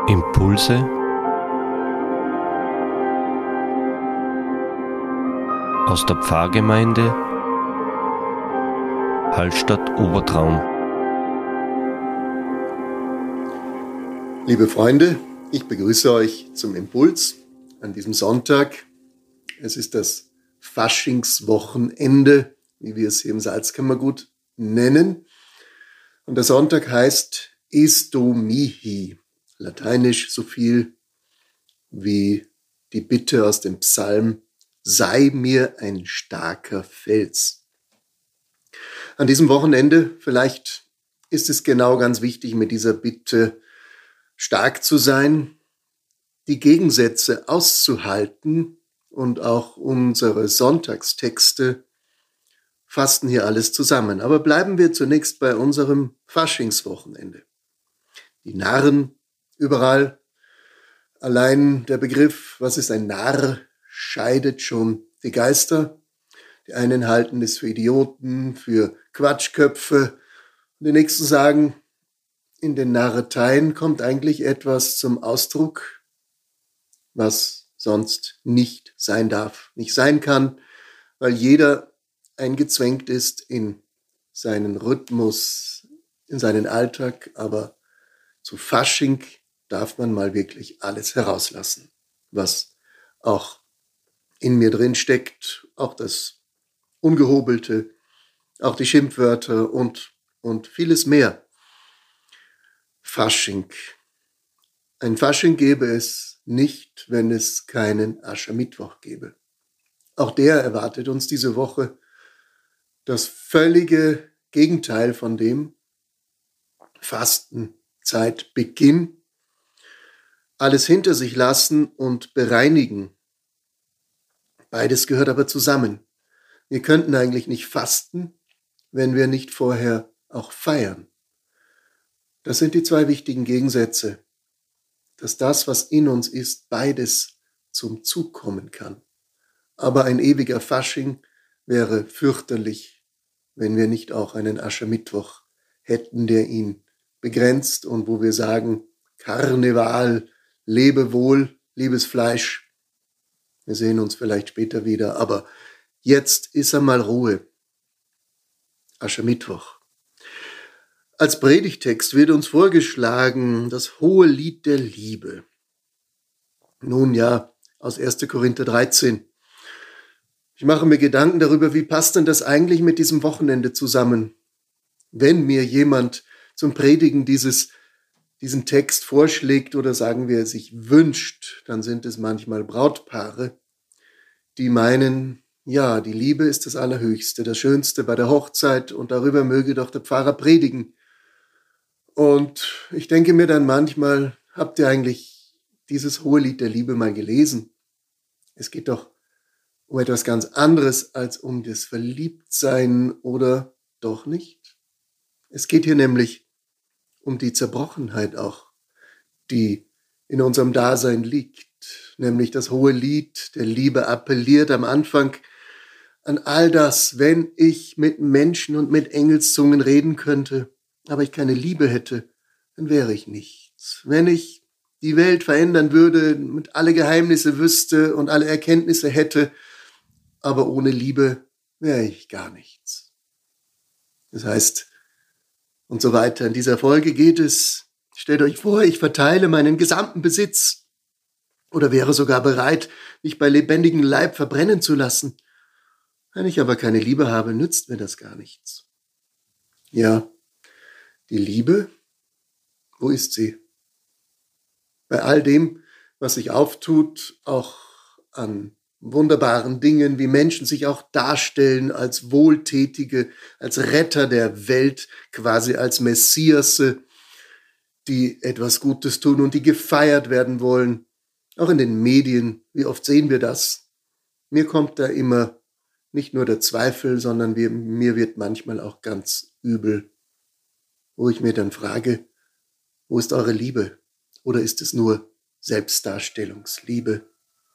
Impulse aus der Pfarrgemeinde Hallstatt Obertraum. Liebe Freunde, ich begrüße euch zum Impuls an diesem Sonntag. Es ist das Faschingswochenende, wie wir es hier im Salzkammergut nennen. Und der Sonntag heißt Esto mihi, lateinisch so viel wie die Bitte aus dem Psalm: Sei mir ein starker Fels. An diesem Wochenende, vielleicht ist es genau ganz wichtig, mit dieser Bitte stark zu sein, die Gegensätze auszuhalten, und auch unsere Sonntagstexte fassen hier alles zusammen. Aber bleiben wir zunächst bei unserem Faschingswochenende. Die Narren überall. Allein der Begriff, was ist ein Narr, scheidet schon die Geister. Die einen halten es für Idioten, für Quatschköpfe. Und die nächsten sagen, in den Narreteien kommt eigentlich etwas zum Ausdruck, was sonst nicht sein darf, nicht sein kann, weil jeder eingezwängt ist in seinen Rhythmus, in seinen Alltag. Aber zu Fasching darf man mal wirklich alles herauslassen, was auch in mir drin steckt, auch das Ungehobelte, auch die Schimpfwörter und vieles mehr. Fasching. Ein Fasching gäbe es nicht, wenn es keinen Aschermittwoch gäbe. Auch der erwartet uns diese Woche. Das völlige Gegenteil von dem: Fastenzeitbeginn, alles hinter sich lassen und bereinigen. Beides gehört aber zusammen. Wir könnten eigentlich nicht fasten, wenn wir nicht vorher auch feiern. Das sind die zwei wichtigen Gegensätze, dass das, was in uns ist, beides zum Zug kommen kann. Aber ein ewiger Fasching wäre fürchterlich, wenn wir nicht auch einen Aschermittwoch hätten, der ihn begrenzt und wo wir sagen: Karneval, lebe wohl, liebes Fleisch. Wir sehen uns vielleicht später wieder, aber jetzt ist einmal Ruhe. Aschermittwoch. Als Predigtext wird uns vorgeschlagen das hohe Lied der Liebe. Nun ja, aus 1. Korinther 13. Ich mache mir Gedanken darüber, wie passt denn das eigentlich mit diesem Wochenende zusammen? Wenn mir jemand zum Predigen diesen Text vorschlägt oder sagen wir sich wünscht, dann sind es manchmal Brautpaare, die meinen, ja, die Liebe ist das Allerhöchste, das Schönste bei der Hochzeit und darüber möge doch der Pfarrer predigen. Und ich denke mir dann manchmal, habt ihr eigentlich dieses hohe Lied der Liebe mal gelesen? Es geht doch um etwas ganz anderes als um das Verliebtsein, oder doch nicht? Es geht hier nämlich um die Zerbrochenheit auch, die in unserem Dasein liegt. Nämlich das hohe Lied der Liebe appelliert am Anfang an all das: Wenn ich mit Menschen und mit Engelszungen reden könnte, aber ich keine Liebe hätte, dann wäre ich nichts. Wenn ich die Welt verändern würde und alle Geheimnisse wüsste und alle Erkenntnisse hätte, aber ohne Liebe wäre ich gar nichts. Das heißt, und so weiter. In dieser Folge geht es: Stellt euch vor, ich verteile meinen gesamten Besitz oder wäre sogar bereit, mich bei lebendigem Leib verbrennen zu lassen. Wenn ich aber keine Liebe habe, nützt mir das gar nichts. Ja, die Liebe, wo ist sie? Bei all dem, was sich auftut, auch an wunderbaren Dingen, wie Menschen sich auch darstellen als Wohltätige, als Retter der Welt, quasi als Messiasse, die etwas Gutes tun und die gefeiert werden wollen. Auch in den Medien, wie oft sehen wir das? Mir kommt da immer nicht nur der Zweifel, sondern mir wird manchmal auch ganz übel, wo ich mir dann frage, wo ist eure Liebe? Oder ist es nur Selbstdarstellungsliebe?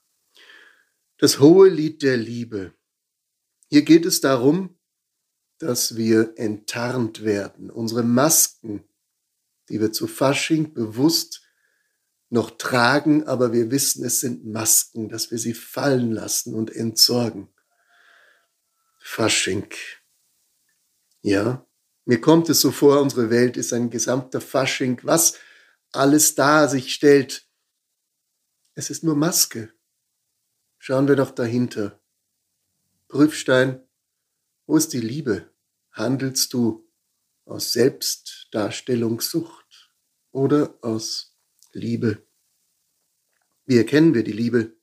Das hohe Lied der Liebe. Hier geht es darum, dass wir enttarnt werden. Unsere Masken, die wir zu Fasching bewusst noch tragen, aber wir wissen, es sind Masken, dass wir sie fallen lassen und entsorgen. Fasching. Ja, mir kommt es so vor, unsere Welt ist ein gesamter Fasching, was alles da sich stellt. Es ist nur Maske. Schauen wir doch dahinter. Prüfstein, wo ist die Liebe? Handelst du aus Selbstdarstellungssucht oder aus Liebe? Wie erkennen wir die Liebe?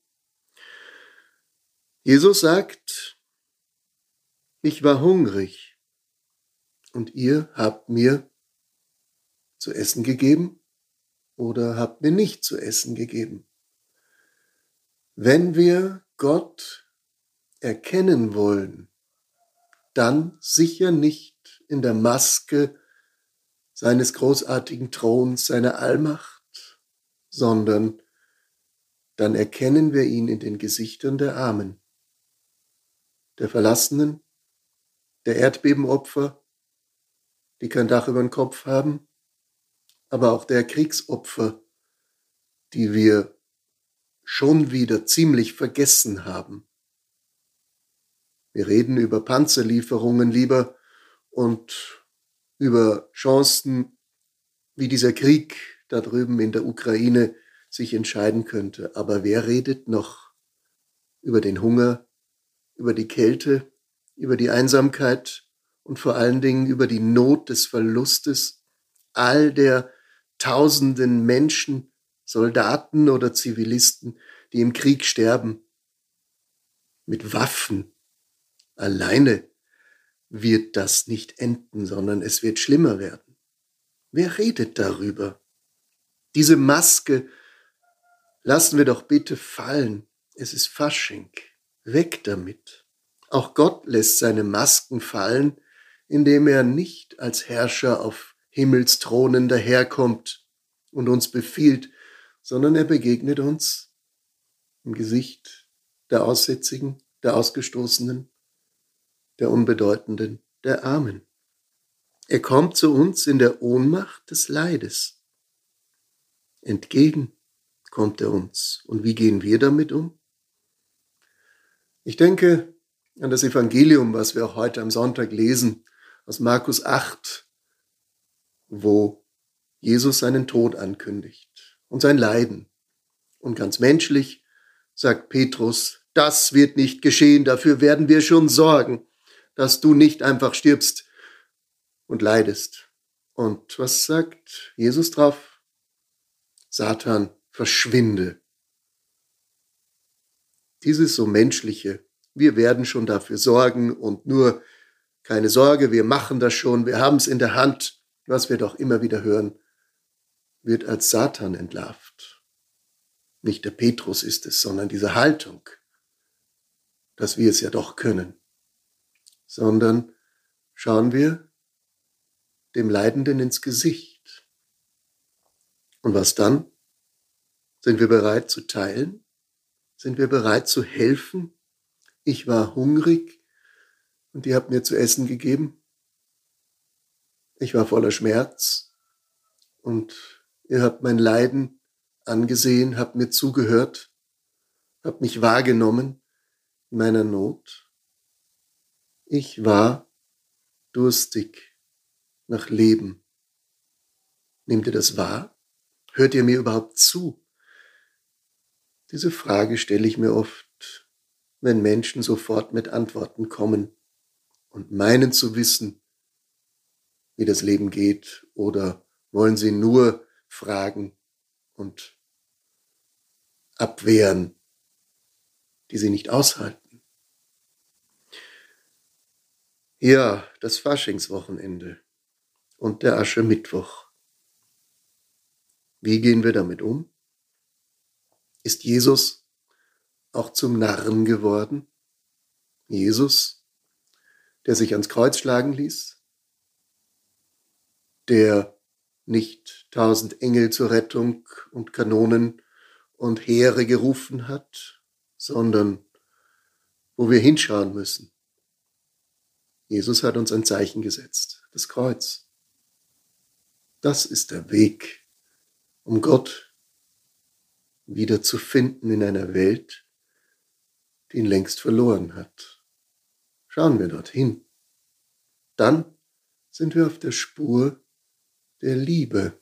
Jesus sagt, ich war hungrig und ihr habt mir zu essen gegeben oder habt mir nicht zu essen gegeben. Wenn wir Gott erkennen wollen, dann sicher nicht in der Maske seines großartigen Throns, seiner Allmacht, sondern dann erkennen wir ihn in den Gesichtern der Armen, der Verlassenen, der Erdbebenopfer, die kein Dach über den Kopf haben, aber auch der Kriegsopfer, die wir schon wieder ziemlich vergessen haben. Wir reden über Panzerlieferungen lieber und über Chancen, wie dieser Krieg da drüben in der Ukraine sich entscheiden könnte. Aber wer redet noch über den Hunger, über die Kälte, über die Einsamkeit und vor allen Dingen über die Not des Verlustes all der tausenden Menschen, Soldaten oder Zivilisten, die im Krieg sterben, mit Waffen. Alleine wird das nicht enden, sondern es wird schlimmer werden. Wer redet darüber? Diese Maske lassen wir doch bitte fallen. Es ist Fasching. Weg damit. Auch Gott lässt seine Masken fallen, indem er nicht als Herrscher auf Himmelsthronen daherkommt und uns befiehlt, sondern er begegnet uns im Gesicht der Aussätzigen, der Ausgestoßenen, der Unbedeutenden, der Armen. Er kommt zu uns in der Ohnmacht des Leides. Entgegen kommt er uns. Und wie gehen wir damit um? Ich denke an das Evangelium, was wir auch heute am Sonntag lesen, aus Markus 8, wo Jesus seinen Tod ankündigt und sein Leiden. Und ganz menschlich sagt Petrus, das wird nicht geschehen, dafür werden wir schon sorgen, dass du nicht einfach stirbst und leidest. Und was sagt Jesus drauf? Satan, verschwinde. Dieses so menschliche, wir werden schon dafür sorgen und nur keine Sorge, wir machen das schon, wir haben es in der Hand, was wir doch immer wieder hören, wird als Satan entlarvt. Nicht der Petrus ist es, sondern diese Haltung, dass wir es ja doch können. Sondern schauen wir dem Leidenden ins Gesicht. Und was dann? Sind wir bereit zu teilen? Sind wir bereit zu helfen? Ich war hungrig und ihr habt mir zu essen gegeben. Ich war voller Schmerz und ihr habt mein Leiden angesehen, habt mir zugehört, habt mich wahrgenommen in meiner Not. Ich war durstig nach Leben. Nehmt ihr das wahr? Hört ihr mir überhaupt zu? Diese Frage stelle ich mir oft, wenn Menschen sofort mit Antworten kommen und meinen zu wissen, wie das Leben geht, oder wollen sie nur fragen und abwehren, die sie nicht aushalten. Ja, das Faschingswochenende und der Aschermittwoch. Wie gehen wir damit um? Ist Jesus auch zum Narren geworden? Jesus, der sich ans Kreuz schlagen ließ, der nicht 1000 Engel zur Rettung und Kanonen und Heere gerufen hat, sondern wo wir hinschauen müssen. Jesus hat uns ein Zeichen gesetzt, das Kreuz. Das ist der Weg, um Gott wiederzufinden in einer Welt, die ihn längst verloren hat. Schauen wir dorthin. Dann sind wir auf der Spur der Liebe.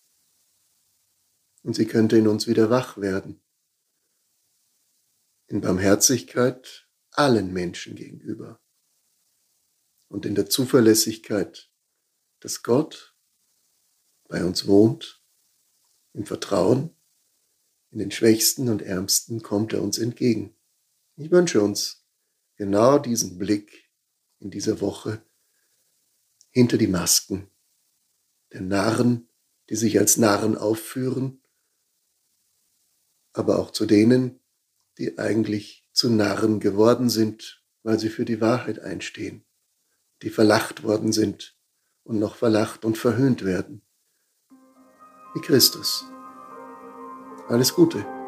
Und sie könnte in uns wieder wach werden. In Barmherzigkeit allen Menschen gegenüber. Und in der Zuverlässigkeit, dass Gott bei uns wohnt, im Vertrauen, in den Schwächsten und Ärmsten kommt er uns entgegen. Ich wünsche uns genau diesen Blick in dieser Woche hinter die Masken der Narren, die sich als Narren aufführen, aber auch zu denen, die eigentlich zu Narren geworden sind, weil sie für die Wahrheit einstehen, die verlacht worden sind und noch verlacht und verhöhnt werden. Wie Christus. Alles Gute.